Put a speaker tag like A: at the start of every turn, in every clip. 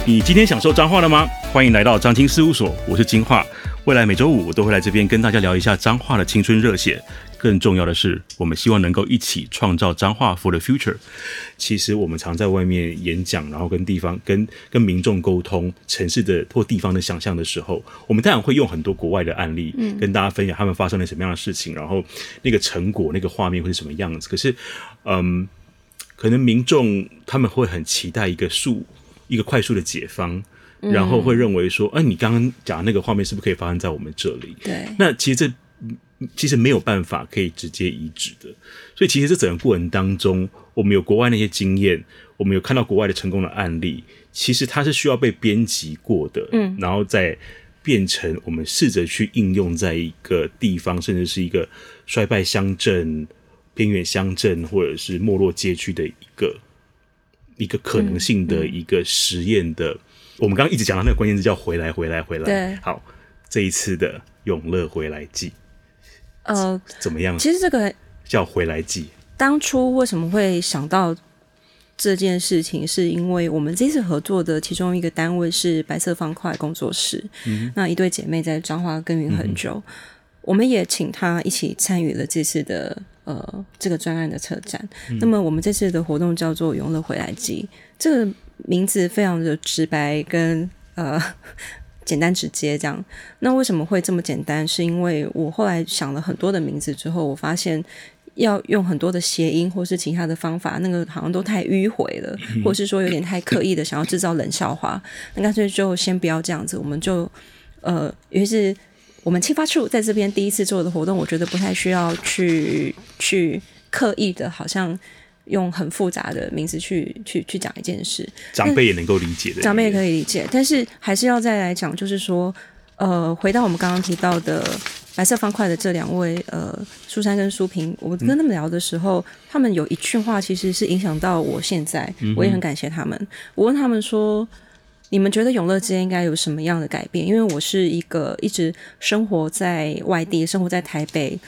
A: 你今天享受彰化了吗？欢迎来到彰青事务所，我是金化。未来每周五我都会来这边跟大家聊一下彰化的青春热血。更重要的是，我们希望能够一起创造彰化 for the future。其实我们常在外面演讲，然后跟地方、跟民众沟通城市的或地方的想象的时候，我们当然会用很多国外的案例，跟大家分享他们发生了什么样的事情，然后那个成果、那个画面会是什么样子。可是，可能民众他们会很期待一个快速的解方。然后会认为说，你刚刚讲的那个画面是不是可以发生在我们这里？
B: 对，
A: 那其实没有办法可以直接移植的，所以其实这整个过程当中，我们有国外那些经验，我们有看到国外的成功的案例，其实它是需要被编辑过的，然后再变成我们试着去应用在一个地方，甚至是一个衰败乡镇、边缘乡镇或者是没落街区的一个可能性的一个实验的。我们刚刚一直讲到那个关键字叫回来。
B: 对，
A: 好，这一次的永乐回来记，怎么样？
B: 其实这个
A: 叫回来记。
B: 当初为什么会想到这件事情，是因为我们这次合作的其中一个单位是白色方块工作室，那一对姐妹在彰化耕耘很久，我们也请她一起参与了这次的这个专案的策展。那么我们这次的活动叫做永乐回来记，这个名字非常的直白跟简单直接这样。那为什么会这么简单？是因为我后来想了很多的名字之后，我发现要用很多的谐音或是其他的方法，那个好像都太迂回了，或是说有点太刻意的想要制造冷笑话。那干脆就先不要这样子，我们就尤其是我们青发处在这边第一次做的活动，我觉得不太需要去刻意的，好像用很复杂的名字去讲一件事，
A: 长辈也能够理解的，
B: 长辈也可以理解，但是还是要再来讲，就是说，回到我们刚刚提到的白色方块的这两位，苏珊跟苏萍，我跟他们聊的时候，他们有一句话其实是影响到我现在，我也很感谢他们。我问他们说，你们觉得永乐街应该有什么样的改变？因为我是一个一直生活在外地、生活在台北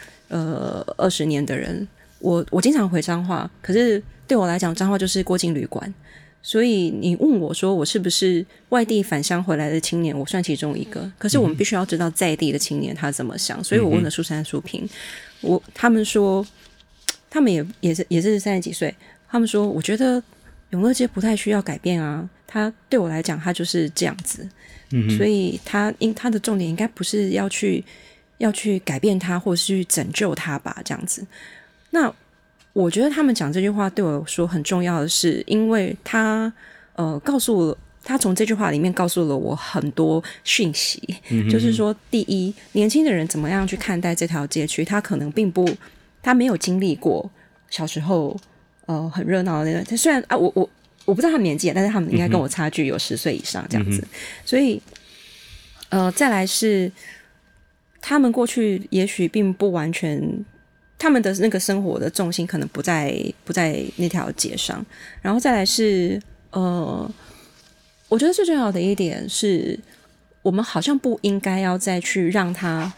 B: 20年的人。我经常回彰化，可是对我来讲，彰化就是过境旅馆，所以你问我说我是不是外地返乡回来的青年，我算其中一个。可是我们必须要知道在地的青年他怎么想，所以我问了苏珊、苏萍，他们说，他们也是30几岁，他们说我觉得永乐街不太需要改变啊，他对我来讲他就是这样子，所以他的重点应该不是要去改变他，或是去拯救他吧，这样子。那我觉得他们讲这句话对我说很重要的是，因为他告诉了他从这句话里面告诉了我很多讯息，就是说，第一，年轻的人怎么样去看待这条街区，他可能他没有经历过小时候很热闹的那个，虽然我不知道他们年纪，但是他们应该跟我差距有10岁以上这样子，所以再来是他们过去也许并不完全。他们的那个生活的重心可能不在那条街上，然后再来是我觉得最重要的一点是，我们好像不应该要再去让它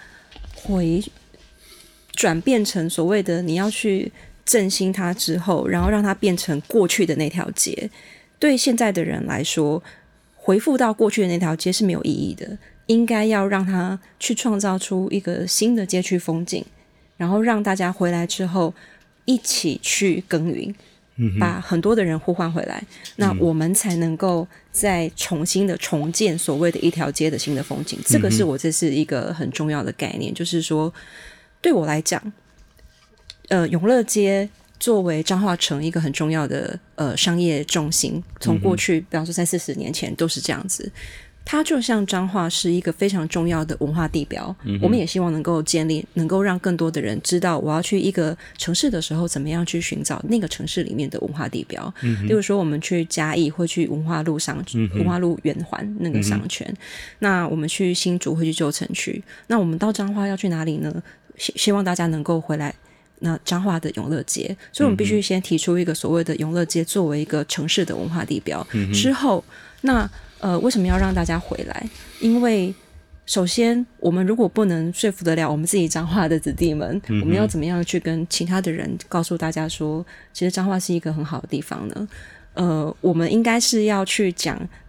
B: 转变成所谓的你要去振兴它之后，然后让它变成过去的那条街。对现在的人来说，回复到过去的那条街是没有意义的，应该要让它去创造出一个新的街区风景。然后让大家回来之后一起去耕耘，把很多的人呼唤回来，那我们才能够再重新的重建所谓的一条街的新的风景。这个是我这是一个很重要的概念，就是说对我来讲，永乐街作为彰化城一个很重要的商业重心，从过去比方说30-40年前都是这样子。它就像彰化是一个非常重要的文化地标，我们也希望能够建立，能够让更多的人知道，我要去一个城市的时候，怎么样去寻找那个城市里面的文化地标。例如说，我们去嘉义会去文化路文化路圆环那个商圈，那我们去新竹会去旧城区，那我们到彰化要去哪里呢？希望大家能够回来。那彰化的永乐街，所以我们必须先提出一个所谓的永乐街作为一个城市的文化地标，之后那为什么要让大家回来？因为首先我们如果不能说服得了我们自己彰化的子弟们，我们要怎么样去跟其他的人告诉大家说，其实彰化是一个很好的地方呢？我们应该是要去讲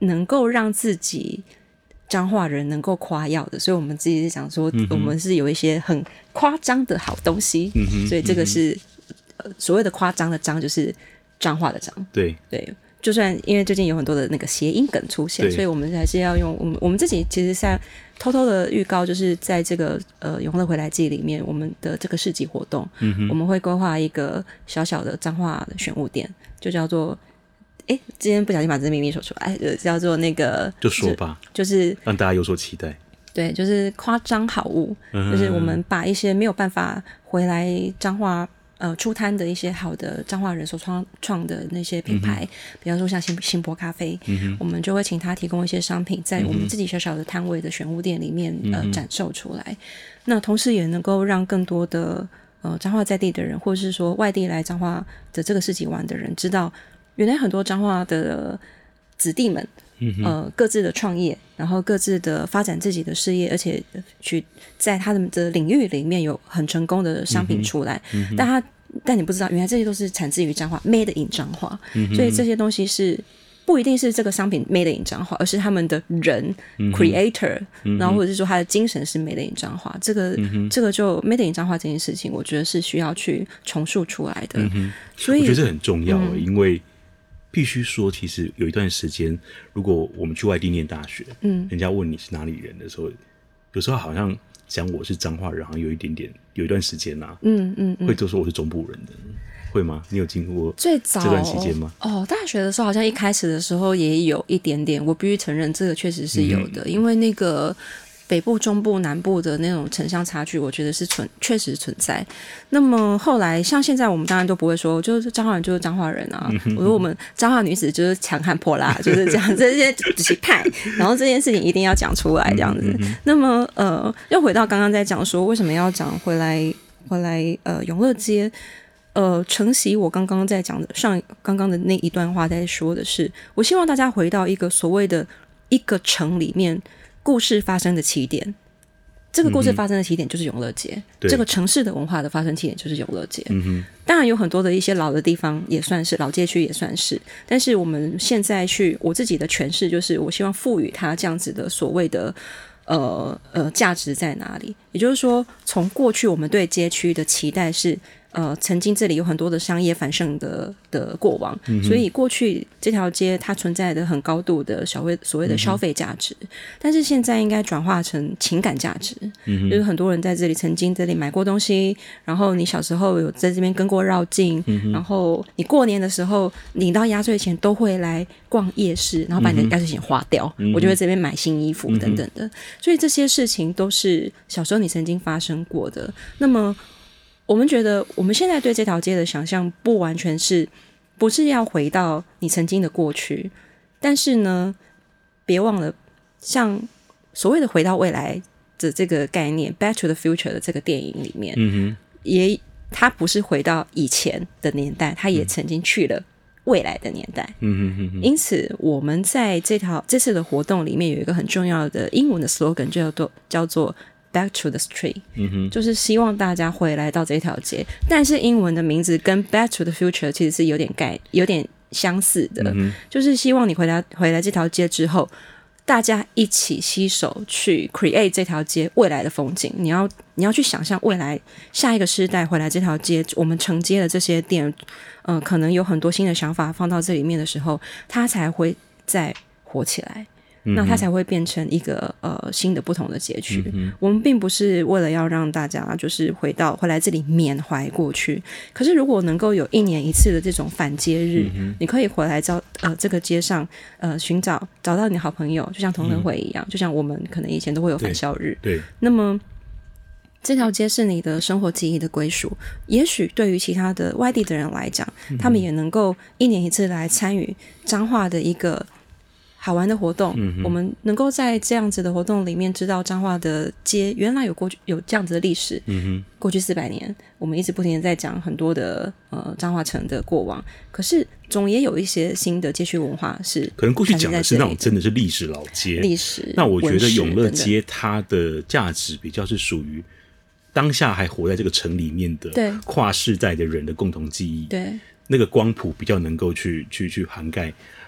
B: 能够让自己彰化人能够夸耀的，所以我们自己是讲说，我们是有一些很夸张的好东西，所以这个是所谓的夸张的张，就是彰化的彰。对，就算因为最近有很多的那个谐音梗出现，所以我们还是要用我们自己其实在偷偷的预告，就是在这个永乐回来季里面，我们的这个市集活动，我们会规划一个小小的彰化的选物店，就叫做今天不小心把这秘密说出来，叫做那个
A: 就说吧，
B: 就是
A: 让大家有所期待。
B: 对，就是夸张好物，就是我们把一些没有办法回来彰化出摊的一些好的彰化人所创的那些品牌，比方说像新波咖啡，我们就会请他提供一些商品，在我们自己小小的摊位的选物店里面展售出来。那同时也能够让更多的彰化在地的人，或者是说外地来彰化的这个市集玩的人，知道原来很多彰化的子弟们。各自的创业，然后各自的发展自己的事业，而且去在他们的领域里面有很成功的商品出来，但你不知道，原来这些都是产自于彰化 ，made in 彰化，所以这些东西是不一定是这个商品 made in 彰化，而是他们的人、creator， 然后或者是说他的精神是 made in 彰化，这个就 made in 彰化这件事情，我觉得是需要去重塑出来的，所以
A: 我觉得这很重要，因为。必须说，其实有一段时间，如果我们去外地念大学，人家问你是哪里人的时候，有时候好像讲我是彰化人，好像有一段时间啊，会都说我是中部人的，会吗？你有经过最早这段期间吗？
B: 大学的时候好像一开始的时候也有一点点，我必须承认这个确实是有的，因为那个。北部、中部、南部的那种城乡差距，我觉得是确实存在。那么后来，像现在我们当然都不会说，就是彰化人就是彰化人啊。我说我们彰化女子就是强悍泼辣，就是这样，这些只是派。然后这件事情一定要讲出来，这样子。那么又回到刚刚在讲说，为什么要讲回来永乐街？承袭我刚刚在讲的刚刚的那一段话，在说的是，我希望大家回到一个所谓的一个城里面。故事发生的起点，这个故事发生的起点就是永乐街，这个城市的文化的发生起点就是永乐街。当然有很多的一些老的地方也算是老街区也算是，但是我们现在我自己的诠释就是，我希望赋予它这样子的所谓的价值在哪里？也就是说，从过去我们对街区的期待是。曾经这里有很多的商业繁盛的过往，所以过去这条街它存在的很高度的所谓的消费价值，但是现在应该转化成情感价值，就是很多人在这里曾经这里买过东西，然后你小时候有在这边跟过绕境，然后你过年的时候领到压岁钱都会来逛夜市，然后把你的压岁钱花掉，我就会这边买新衣服等等的，所以这些事情都是小时候你曾经发生过的。那么我们觉得我们现在对这条街的想象不完全不是要回到你曾经的过去，但是呢别忘了像所谓的回到未来的这个概念 Back to the Future 的这个电影里面，它不是回到以前的年代，它也曾经去了未来的年代。因此我们在这次的活动里面有一个很重要的英文的 slogan 叫做Back to the street，就是希望大家回来到这条街，但是英文的名字跟 Back to the future 其实是有点相似的，就是希望你回来这条街之后，大家一起携手去 create 这条街未来的风景。你要去想象未来下一个世代回来这条街，我们承接了这些店，可能有很多新的想法放到这里面的时候，它才会再活起来。那它才会变成一个新的不同的街区。我们并不是为了要让大家就是回来这里缅怀过去，可是如果能够有1年1次的这种返街日，你可以回来这个街上找到你的好朋友，就像同乐会一样，就像我们可能以前都会有返校日。对，那么这条街是你的生活记忆的归属，也许对于其他的外地的人来讲，他们也能够1年1次来参与彰化的一个好玩的活动，我们能够在这样子的活动里面知道彰化的街原来有这样子的历史。过去400年，我们一直不停的在讲很多的彰化城的过往，可是总也有一些新的街区文化是
A: 可能过去讲的是那种真的是历史老街，那我觉得永乐街它的价值比较是属于当下还活在这个城里面的跨世代的人的共同记忆，对，那个光谱比较能够去涵盖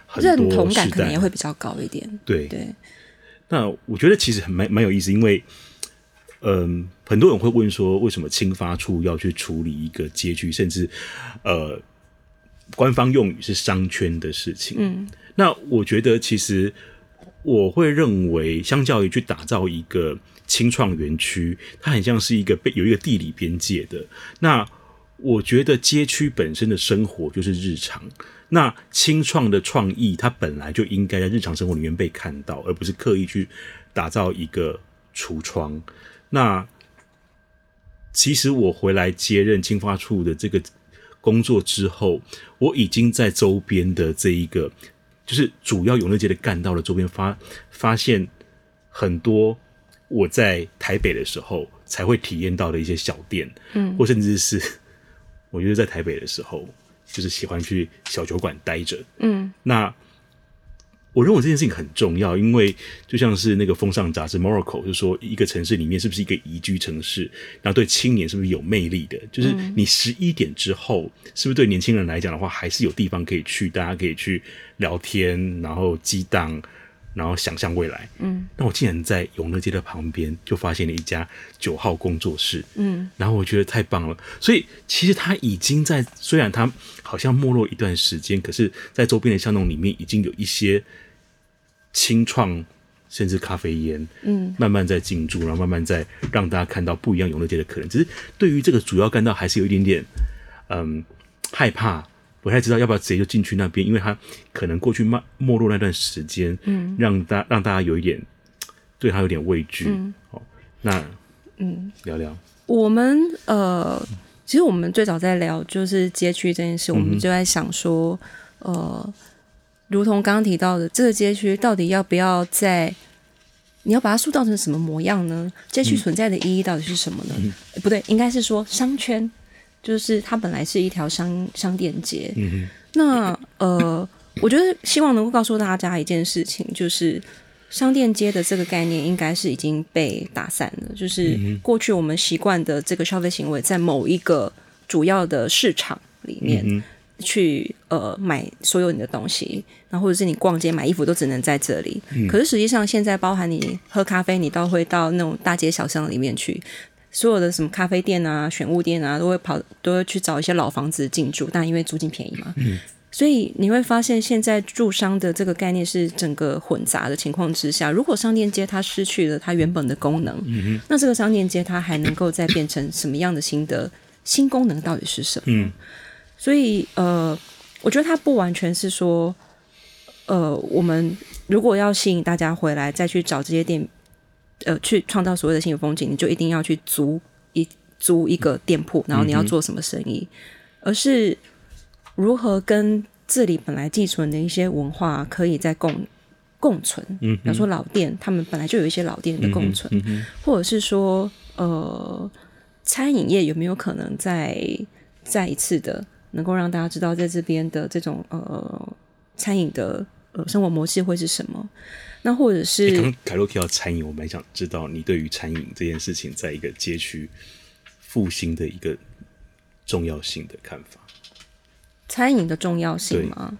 A: 很多
B: 认同感
A: 世代
B: 可能也会比较高一点。
A: 对
B: 对，
A: 那我觉得其实蛮有意思，因为很多人会问说，为什么青发处要去处理一个街区，甚至官方用语是商圈的事情？那我觉得其实我会认为，相较于去打造一个青创园区，它很像是有一个地理边界的。那我觉得街区本身的生活就是日常，那青创的创意，它本来就应该在日常生活里面被看到，而不是刻意去打造一个橱窗。那其实我回来接任青发处的这个工作之后，我已经在周边的这一个就是主要永乐街的干道的周边发现很多我在台北的时候才会体验到的一些小店，或甚至是我觉得在台北的时候就是喜欢去小酒馆待着，那我认为这件事情很重要，因为就像是那个风尚杂志 Morocco 就说一个城市里面是不是一个宜居城市，然后对青年是不是有魅力的，就是你11点之后是不是对年轻人来讲的话还是有地方可以去，大家可以去聊天，然后激荡，然后想象未来。那我竟然在永乐街的旁边就发现了一家9号工作室，然后我觉得太棒了。所以其实它已经在，虽然它好像没落一段时间，可是在周边的巷弄里面已经有一些青创甚至咖啡烟，慢慢在进驻，然后慢慢在让大家看到不一样永乐街的可能。只是对于这个主要干道还是有一点点害怕，不太知道要不要直接就进去那边，因为它可能过去没落那段时间，让大家有一点对它有点畏惧。那聊聊
B: 我们其实我们最早在聊就是街区这件事，我们就在想说如同刚刚提到的，这个街区到底要不要你要把它塑造成什么模样呢？街区存在的意义到底是什么呢？不对，应该是说商圈，就是它本来是一条商店街。那我觉得希望能够告诉大家一件事情，就是商店街的这个概念应该是已经被打散了，就是过去我们习惯的这个消费行为，在某一个主要的市场里面。去买所有你的东西，然后或者是你逛街买衣服都只能在这里。可是实际上现在包含你喝咖啡，你都会到那种大街小巷里面去，所有的什么咖啡店啊、选物店啊，都会去找一些老房子进驻，但因为租金便宜嘛。所以你会发现现在住商的这个概念是整个混杂的情况之下，如果商店街它失去了它原本的功能，那这个商店街它还能够再变成什么样的新功能到底是什么？所以我觉得它不完全是说我们如果要吸引大家回来再去找这些店去创造所谓的新的风景，你就一定要去租一个店铺，然后你要做什么生意，而是如何跟这里本来寄存的一些文化可以再共存。比方说老店，他们本来就有一些老店的共存，或者是说餐饮业有没有可能再一次的能够让大家知道在这边的这种餐饮的生活模式会是什么？那或者是
A: 刚刚凯洛提到餐饮，我蛮想知道你对于餐饮这件事情在一个街区复兴的一个重要性的看法。
B: 餐饮的重要性吗？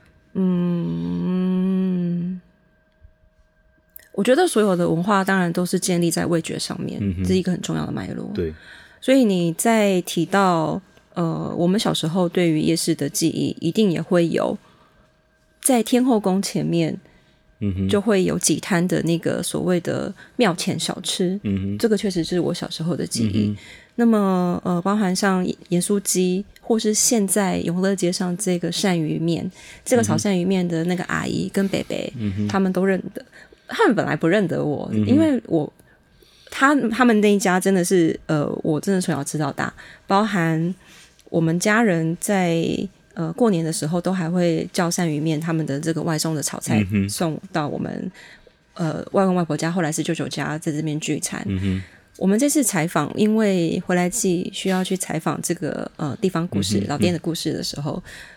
B: 我觉得所有的文化当然都是建立在味觉上面，这是一个很重要的脉络。
A: 对，所
B: 以你在提到我们小时候对于夜市的记忆，一定也会有在天后宫前面，就会有几摊的那个所谓的庙前小吃，这个确实是我小时候的记忆。那么包含像盐酥鸡，或是现在永乐街上这个鳝鱼面，这个炒鳝鱼面的那个阿姨跟伯伯，他们都认得。他们本来不认得我，因为他们那一家真的是我真的从小吃到大，包含我们家人在过年的时候都还会叫鳝鱼面他们的这个外送的炒菜送到我们外公外婆家，后来是舅舅家，在这边聚餐。我们这次采访，因为回来季需要去采访这个地方故事、老店的故事的时候，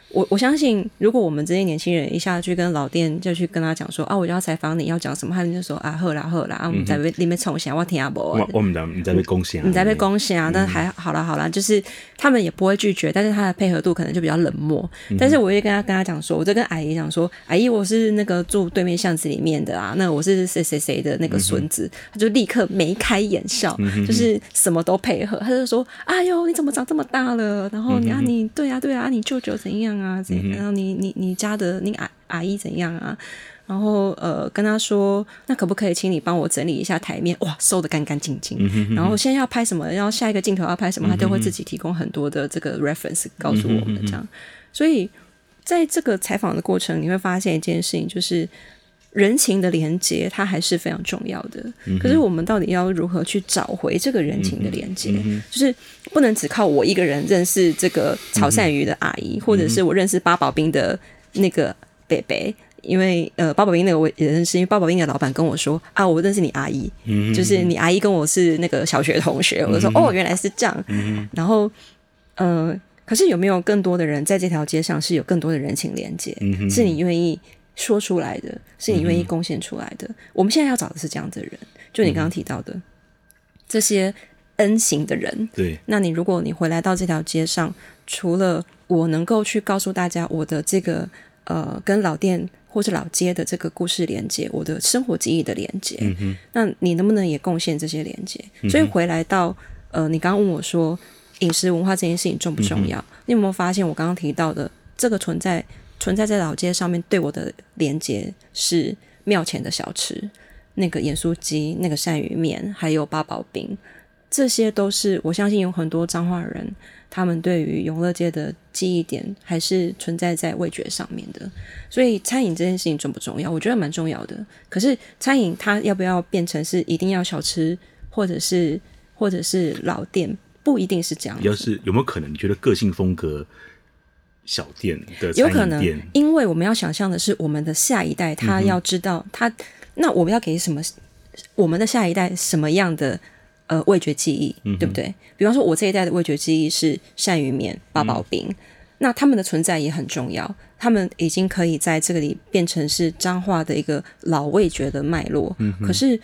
B: 我相信，如果我们这些年轻人一下去跟老店就去跟他讲说啊，我就要采访你要讲什么，他们就说啊，好啦好啦，我们在里面冲下，我听不懂。
A: 我们在被攻下，
B: 你在被攻下，但还好啦，就是他们也不会拒绝，但是他的配合度可能就比较冷漠。但是我会跟他讲说，我就跟阿姨讲说，阿姨我是那个住对面巷子里面的啊，那我是谁谁谁的那个孙子，他就立刻眉开眼笑，就是什么都配合，他就说，哎呦你怎么长这么大了？然后你对啊，你舅舅怎样啊？然后你家的你阿姨怎样啊？然后跟他说，那可不可以请你帮我整理一下台面？哇，收得干干净净。然后现在要拍什么，然后下一个镜头要拍什么，他都会自己提供很多的这个 reference 告诉我们这样。所以在这个采访的过程，你会发现一件事情，就是人情的连接，它还是非常重要的。可是我们到底要如何去找回这个人情的连接？就是不能只靠我一个人认识这个炒鳝鱼的阿姨，或者是我认识八宝冰的那个北北。因为八宝冰那个我也认识，因为八宝冰的老板跟我说啊，我认识你阿姨，就是你阿姨跟我是那个小学同学，我就说哦，原来是这样。然后可是有没有更多的人在这条街上是有更多的人情连接，是你愿意说出来的，是你愿意贡献出来的？我们现在要找的是这样的人，就你刚刚提到的这些 N 型的人。
A: 对，
B: 那如果你回来到这条街上，除了我能够去告诉大家我的这个跟老店或是老街的这个故事连接，我的生活记忆的连接，那你能不能也贡献这些连接？所以回来到你刚刚问我说饮食文化这件事情重不重要？你有没有发现我刚刚提到的这个存在在老街上面对我的连接是庙前的小吃，那个盐酥鸡，那个鳝鱼面，还有八宝冰，这些都是我相信有很多彰化人他们对于永乐街的记忆点还是存在在味觉上面的。所以餐饮这件事情重不重要？我觉得蛮重要的。可是餐饮它要不要变成是一定要小吃或者是老店，不一定是这样子。
A: 要是有没有可能你觉得个性风格小店的餐饮店？
B: 有可能，因为我们要想象的是我们的下一代他要知道他那我们要给什么我们的下一代什么样的味觉记忆，对不对？比方说我这一代的味觉记忆是鳝鱼面、八宝冰，那他们的存在也很重要，他们已经可以在这个里变成是彰化的一个老味觉的脉络。可是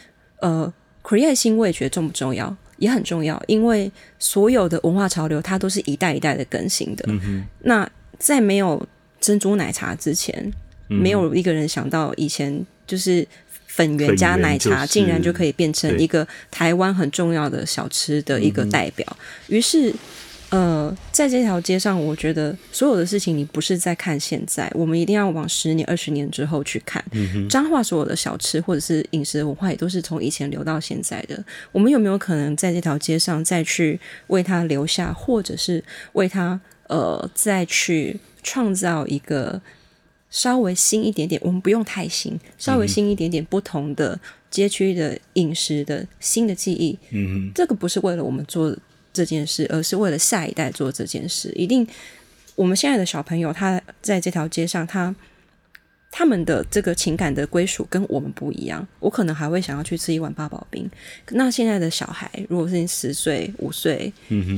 B: create 新味觉重不重要？也很重要，因为所有的文化潮流它都是一代一代的更新的。那在没有珍珠奶茶之前，没有一个人想到以前就是粉圆加奶茶竟然就可以变成一个台湾很重要的小吃的一个代表。于是在这条街上，我觉得所有的事情你不是在看现在，我们一定要往10年20年之后去看。彰化所有的小吃或者是饮食文化也都是从以前流到现在的，我们有没有可能在这条街上再去为它留下，或者是为它再去创造一个稍微新一点点，我们不用太新，稍微新一点点不同的街区的饮食的新的记忆。这个不是为了我们做这件事，而是为了下一代做这件事。一定我们现在的小朋友他在这条街上，他们的这个情感的归属跟我们不一样，我可能还会想要去吃一碗八宝冰。那现在的小孩如果是10岁5岁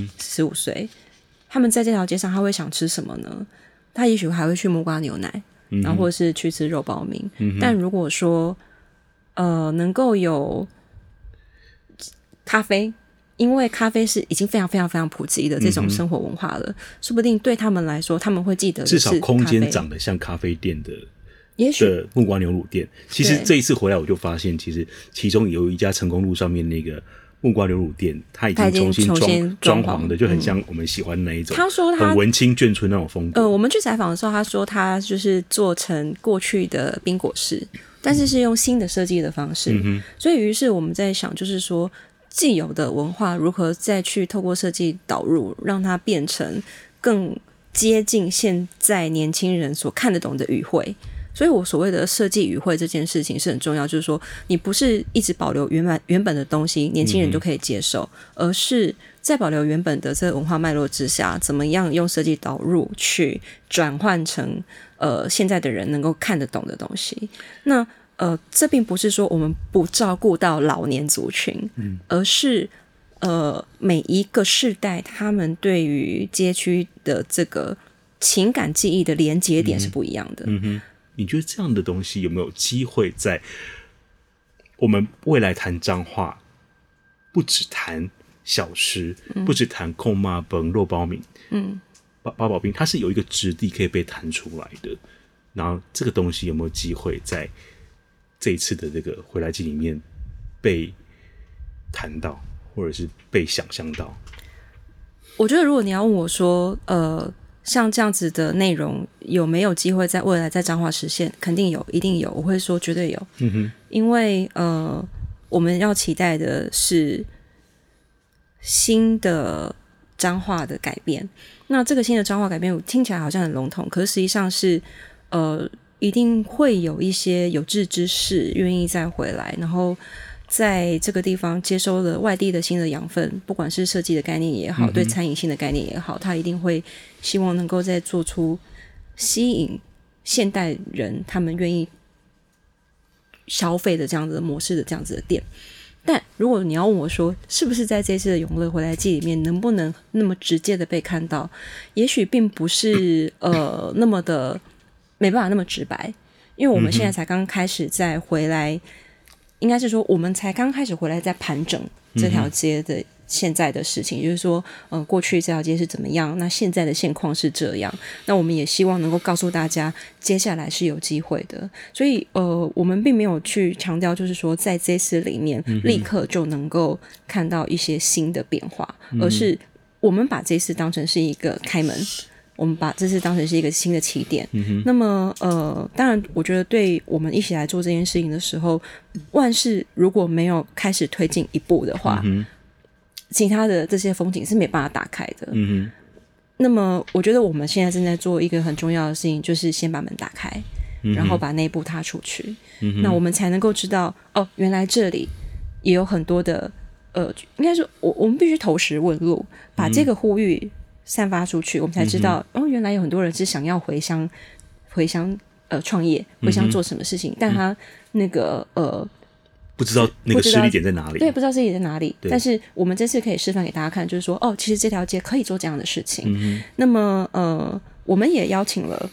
B: 15岁，他们在这条街上他会想吃什么呢？他也许还会去木瓜牛奶，然后或者是去吃肉包面。但如果说能够有咖啡，因为咖啡是已经非常非常非常普及的这种生活文化了，说不定对他们来说他们会记得的是
A: 至少空间长得像咖啡店的
B: 也许
A: 的木瓜牛乳店。其实这一次回来我就发现，其实其中有一家成功路上面那个木瓜牛乳店，它已经重新装潢的，就很像我们喜欢那一种。
B: 他说他
A: 很文青眷村那种风格。
B: 我们去采访的时候，他说他就是做成过去的冰果室，但是是用新的设计的方式。所以于是我们在想，就是说既有的文化如何再去透过设计导入，让它变成更接近现在年轻人所看得懂的语汇。所以我所谓的设计语汇这件事情是很重要，就是说你不是一直保留原本的东西年轻人就可以接受，而是在保留原本的这个文化脉络之下，怎么样用设计导入去转换成现在的人能够看得懂的东西。那这并不是说我们不照顾到老年族群，而是每一个世代他们对于街区的这个情感记忆的连结点是不一样的。
A: 你觉得这样的东西有没有机会在我们未来谈彰化，不只谈小吃，不只谈控妈崩肉包米，八宝冰，它是有一个质地可以被谈出来的。然后这个东西有没有机会在这一次的这个回来记里面被谈到，或者是被想象到？
B: 我觉得如果你要问我说像这样子的内容有没有机会在未来在彰化实现，肯定有，一定有，我会说绝对有。因为我们要期待的是新的彰化的改变。那这个新的彰化改变听起来好像很笼统，可是实际上是一定会有一些有志之士愿意再回来，然后在这个地方接收了外地的新的养分，不管是设计的概念也好，对餐饮性的概念也好，他一定会希望能够再做出吸引现代人他们愿意消费的这样子的模式的这样子的店。但如果你要问我说是不是在这次的永乐回来记里面能不能那么直接的被看到，也许并不是那么的没办法那么直白，因为我们现在才刚开始在回来，应该是说我们才刚开始回来在盘整这条街的现在的事情，就是说过去这条街是怎么样，那现在的现况是这样，那我们也希望能够告诉大家接下来是有机会的。所以我们并没有去强调就是说在这次里面立刻就能够看到一些新的变化，而是我们把这次当成是一个开门，我们把这次当成是一个新的起点。那么当然我觉得对我们一起来做这件事情的时候，万事如果没有开始推进一步的话，其他的这些风景是没办法打开的。那么我觉得我们现在正在做一个很重要的事情，就是先把门打开，然后把那一步踏出去，那我们才能够知道原来这里也有很多的应该说我们必须投石问路，把这个呼吁散发出去，我们才知道原来有很多人是想要回乡创业，回乡做什么事情，但他那个
A: 不知道那个施力点在哪里，
B: 对，不知道施力点在哪里。但是我们这次可以示范给大家看，就是说其实这条街可以做这样的事情。那么我们也邀请了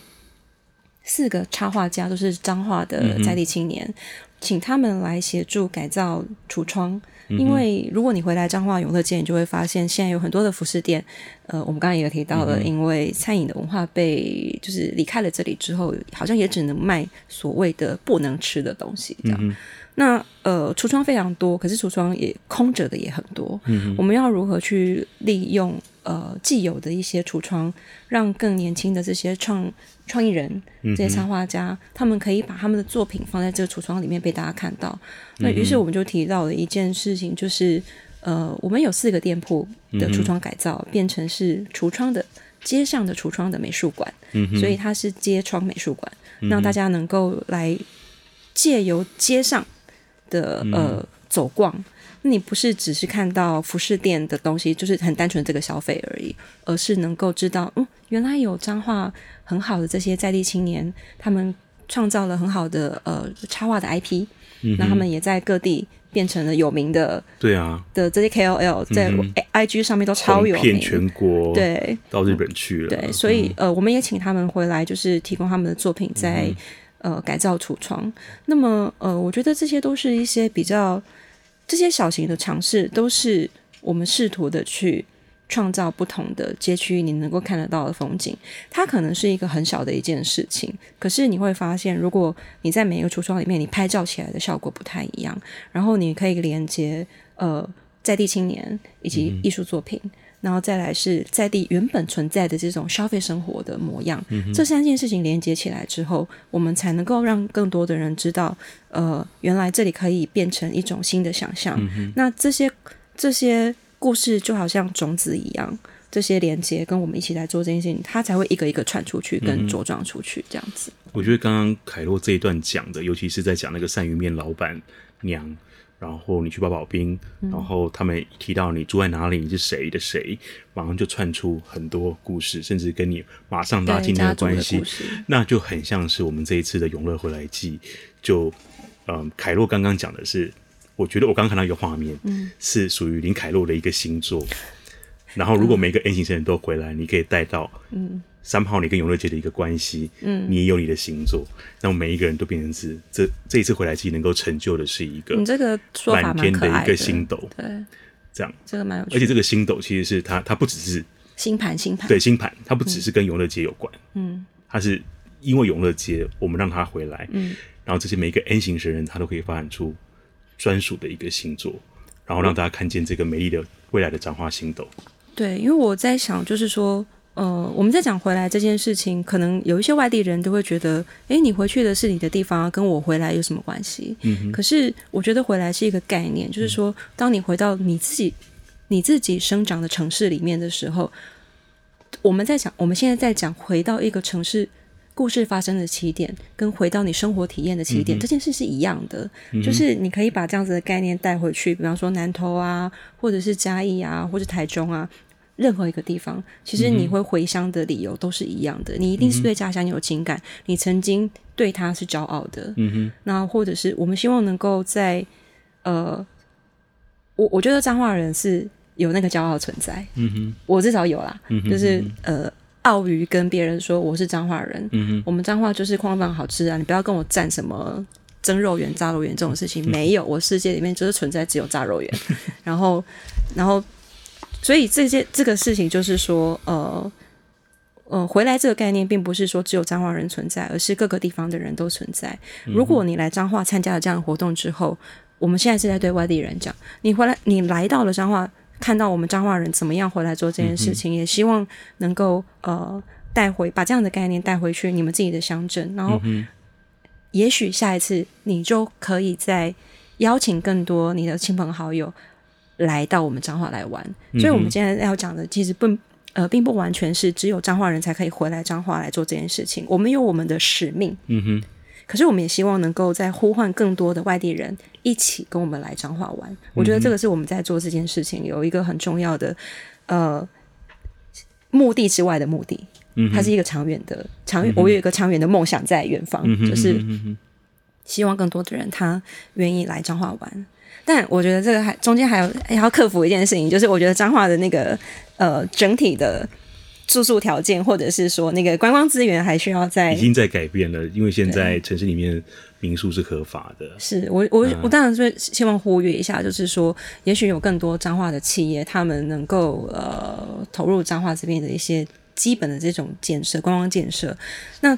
B: 4个插画家，都是彰化的在地青年，请他们来协助改造橱窗。因为如果你回来彰化永乐街，你就会发现现在有很多的服饰店，我们刚刚也有提到了，因为餐饮的文化被就是离开了这里之后，好像也只能卖所谓的不能吃的东西这样。那橱窗非常多，可是橱窗也空着的也很多。我们要如何去利用既有的一些橱窗，让更年轻的这些创意人，这些插画家，他们可以把他们的作品放在这个橱窗里面被大家看到。那于是我们就提到了一件事情，就是我们有4个店铺的橱窗改造，变成是橱窗的街上的橱窗的美术馆，所以它是街窗美术馆，让大家能够来借由街上的走逛，你不是只是看到服饰店的东西，就是很单纯的这个消费而已，而是能够知道原来有彰化很好的这些在地青年，他们创造了很好的插画的 IP，那他们也在各地变成了有名的，
A: 对啊
B: 的这些 KOL，在 IG 上面都超有名，
A: 遍全国，
B: 对，
A: 到日本去了，
B: 对，所以我们也请他们回来，就是提供他们的作品在改造橱窗。那么我觉得这些都是一些比较这些小型的尝试，都是我们试图的去创造不同的街区你能够看得到的风景。它可能是一个很小的一件事情，可是你会发现如果你在每一个橱窗里面你拍照起来的效果不太一样，然后你可以连接在地青年以及艺术作品，然后再来是在地原本存在的这种消费生活的模样，这3件事情连接起来之后，我们才能够让更多的人知道原来这里可以变成一种新的想象。那这些故事就好像种子一样，这些连接跟我们一起来做这件事情，它才会一个一个传出去跟茁壮出去这样子。
A: 我觉得刚刚凯洛这一段讲的，尤其是在讲那个鳝鱼面老板娘，然后你去八宝冰，然后他们提到你住在哪里，你是谁的谁，马上就串出很多故事，甚至跟你马上拉近那个关系，那就很像是我们这一次的永乐回来记。就凯洛刚刚讲的是，我觉得我刚刚看到一个画面，是属于林凯洛的一个星座。 然后如果每个 N 型成员都回来，你可以带到3号你跟永乐街的一个关系，你也有你的星座，让每一个人都变成是这一次回来其实能够成就的是一个
B: 你这个说法
A: 满天的一个星斗，
B: 对，
A: 这样
B: 这个蛮有趣的。
A: 而且这个星斗其实是它不只是
B: 星盘，
A: 对星盘，它不只是跟永乐街有关，它是因为永乐街我们让它回来，然后这些每一个 N 型神人他都可以发展出专属的一个星座，然后让大家看见这个美丽的未来的彰化星斗。
B: 对，因为我在想就是说我们在讲回来这件事情，可能有一些外地人都会觉得你回去的是你的地方，跟我回来有什么关系？可是我觉得回来是一个概念，就是说当你回到你自己生长的城市里面的时候，我们现在在讲回到一个城市故事发生的起点，跟回到你生活体验的起点，这件事是一样的，就是你可以把这样子的概念带回去，比方说南投啊，或者是嘉义啊，或者台中啊，任何一个地方，其实你会回乡的理由都是一样的，你一定是对家乡有情感，你曾经对他是骄傲的，那或者是我们希望能够在我觉得彰化人是有那个骄傲存在，我至少有啦，就是傲于跟别人说我是彰化人，我们彰化就是矿饭好吃啊，你不要跟我站什么蒸肉圆、炸肉圆这种事情，没有，我世界里面就是存在只有炸肉圆，然后，所以这个事情就是说，回来这个概念并不是说只有彰化人存在，而是各个地方的人都存在。如果你来彰化参加了这样的活动之后，我们现在是在对外地人讲，你来到了彰化，看到我们彰化人怎么样回来做这件事情，也希望能够把这样的概念带回去你们自己的乡镇，然后也许下一次你就可以再邀请更多你的亲朋好友来到我们彰化来玩。所以我们今天要讲的其实并不完全是只有彰化人才可以回来彰化来做这件事情，我们有我们的使命，可是我们也希望能够再呼唤更多的外地人一起跟我们来彰化玩。我觉得这个是我们在做这件事情有一个很重要的目的之外的目的，它是一个长远，我有一个长远的梦想在远方，就是希望更多的人他愿意来彰化玩。但我觉得这个中间还要克服一件事情，就是我觉得彰化的那个整体的住宿条件或者是说那个观光资源还需要已
A: 经在改变了，因为现在城市里面民宿是合法的。
B: 是我当然是希望呼吁一下，就是说也许有更多彰化的企业他们能够投入彰化这边的一些基本的这种建设，观光建设。那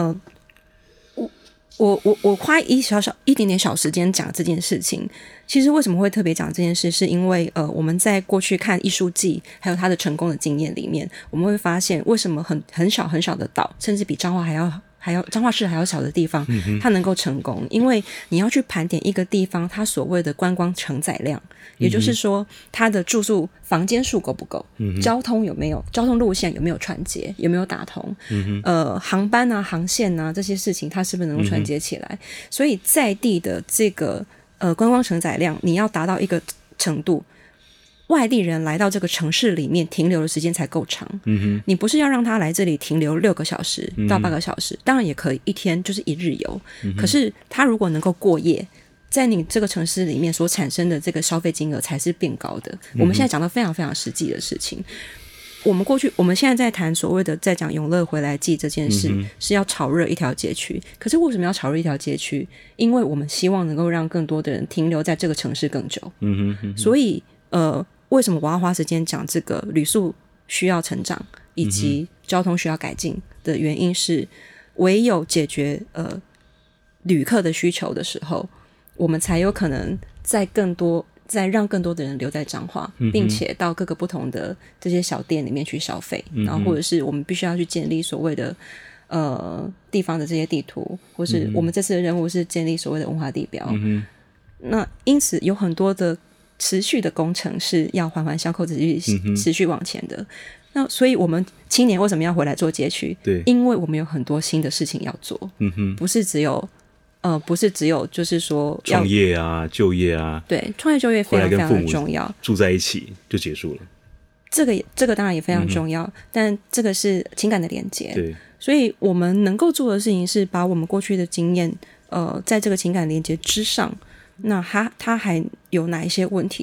B: 我花一点点小时间讲这件事情，其实为什么会特别讲这件事，是因为我们在过去看艺术季还有它的成功的经验里面，我们会发现为什么很小很小的岛，甚至比彰化彰化市还要小的地方，它能够成功，因为你要去盘点一个地方它所谓的观光承载量，也就是说它的住宿房间数够不够，交通有没有，交通路线有没有串接，有没有打通，航班啊航线啊这些事情它是不是能够串接起来，所以在地的这个观光承载量你要达到一个程度，外地人来到这个城市里面停留的时间才够长，你不是要让他来这里停留6个小时到8个小时，当然也可以一天就是一日游，可是他如果能够过夜，在你这个城市里面所产生的这个消费金额才是变高的。我们现在讲到非常非常实际的事情，我们现在在谈所谓的在讲永乐回来季这件事，是要炒热一条街区，可是为什么要炒热一条街区？因为我们希望能够让更多的人停留在这个城市更久，所以为什么我要花时间讲这个旅宿需要成长以及交通需要改进的原因是，唯有解决旅客的需求的时候，我们才有可能再让更多的人留在彰化，并且到各个不同的这些小店里面去消费，然后或者是我们必须要去建立所谓的地方的这些地图，或是我们这次的任务是建立所谓的文化地标，那因此有很多的持续的工程是要环环相扣持续往前的。那所以我们青年为什么要回来做街区？对，因为我们有很多新的事情要做，不是只有就是说
A: 创业啊就业啊，
B: 对，创业就业非常非常的重要，
A: 住在一起就结束了，
B: 这个当然也非常重要，但这个是情感的连结，对，所以我们能够做的事情是把我们过去的经验在这个情感连结之上，那它还有哪一些问题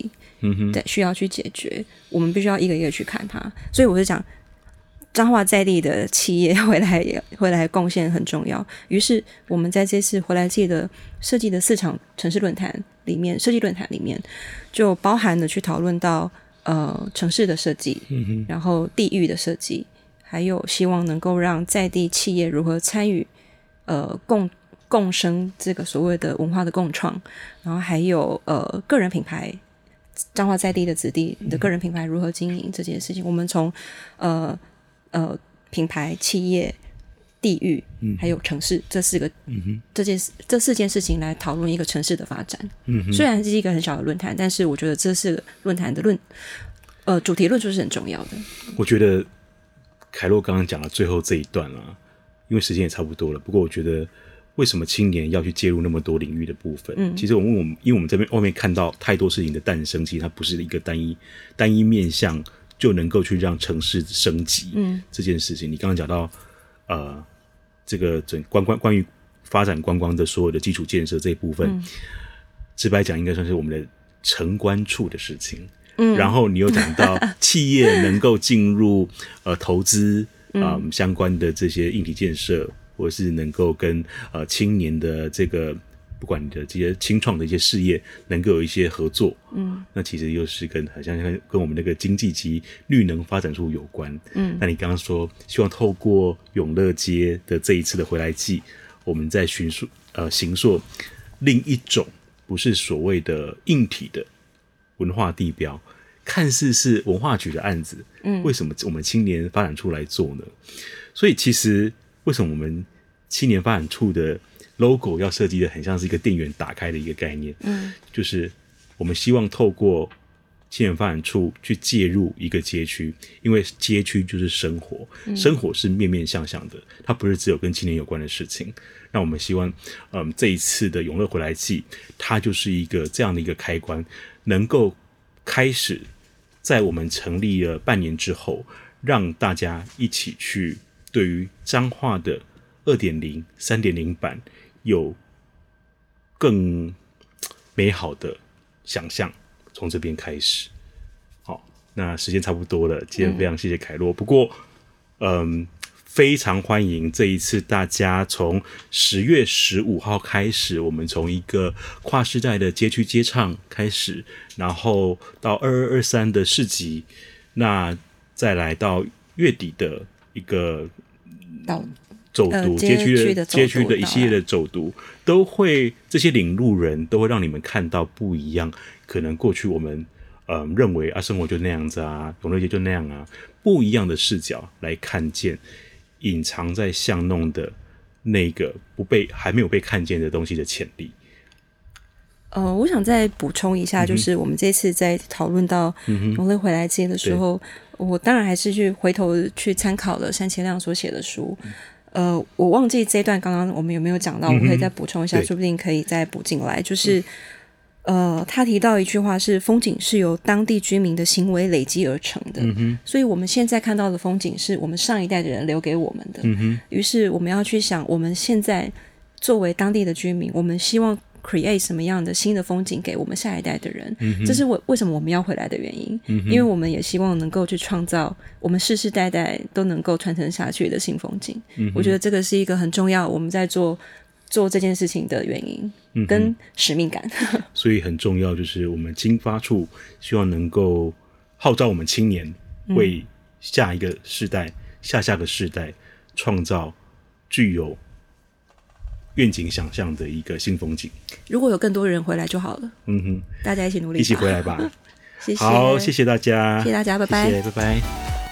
B: 对，需要去解决，我们必须要一个一个去看它。所以我是讲，彰化在地的企业回来贡献很重要。于是我们在这次回来季的设计的4场城市论坛里面，设计论坛里面就包含了去讨论到城市的设计，然后地域的设计，还有希望能够让在地企业如何参与共生这个所谓的文化的共创，然后还有个人品牌，彰化在地的子弟你的个人品牌如何经营这件事情，我们从品牌、企业、地域还有城市这4件事情来讨论一个城市的发展。虽然是一个很小的论坛，但是我觉得这4个论坛的主题论述是很重要的。
A: 我觉得凯洛刚刚讲了最后这一段啦，因为时间也差不多了，不过我觉得为什么青年要去介入那么多领域的部分？其实因为我们这边外面看到太多事情的诞生，其实它不是一个单一面向就能够去让城市升级。这件事情，你刚刚讲到这个关于发展观光的所有的基础建设这一部分，直白讲应该算是我们的城关处的事情。然后你又讲到企业能够进入投资相关的这些硬体建设，或是能够跟青年的这个不管你的这些青创的一些事业能够有一些合作，那其实又是好像跟我们那个经济及绿能发展处有关。那你刚刚说希望透过永乐街的这一次的回来季，我们在形塑另一种不是所谓的硬体的文化地标，看似是文化局的案子，为什么我们青年发展处来做呢？所以其实为什么我们青年发展处的 logo 要设计的很像是一个电源打开的一个概念，就是我们希望透过青年发展处去介入一个街区，因为街区就是生活，生活是面面向向的，它不是只有跟青年有关的事情。那我们希望这一次的永乐回来季，它就是一个这样的一个开关，能够开始在我们成立了半年之后，让大家一起去对于彰化的 2.0、3.0 版有更美好的想象，从这边开始。好，那时间差不多了，今天非常谢谢凯洛。不过非常欢迎这一次大家从10月15号开始，我们从一个跨世代的街区街唱开始，然后到22、23的市集，那再来到月底的一个走读，街区的一系列的走读，都会这些领路人都会让你们看到不一样，可能过去我们认为生活就那样子啊，永乐街就那样啊，不一样的视角来看见隐藏在巷弄的那个还没有被看见的东西的潜力。
B: 我想再补充一下，就是我们这次在讨论到永乐回来街的时候，我当然还是回头去参考了山前亮所写的书。我忘记这一段刚刚我们有没有讲到，我可以再补充一下，说不定可以再补进来。就是他提到一句话是，风景是由当地居民的行为累积而成的，所以我们现在看到的风景是我们上一代的人留给我们的，于是我们要去想，我们现在作为当地的居民，我们希望 create 什么样的新的风景给我们下一代的人，这是为什么我们要回来的原因，因为我们也希望能够去创造我们世世代代都能够传承下去的新风景，我觉得这个是一个很重要我们在做这件事情的原因跟使命感
A: 所以很重要，就是我们经发处希望能够号召我们青年为下一个世代、下个世代创造具有愿景想象的一个新风景。
B: 如果有更多人回来就好了，大家一起努力吧，
A: 一起回来吧
B: 谢谢，
A: 好，谢谢大家，
B: 谢谢大家，拜拜，
A: 谢谢，拜拜。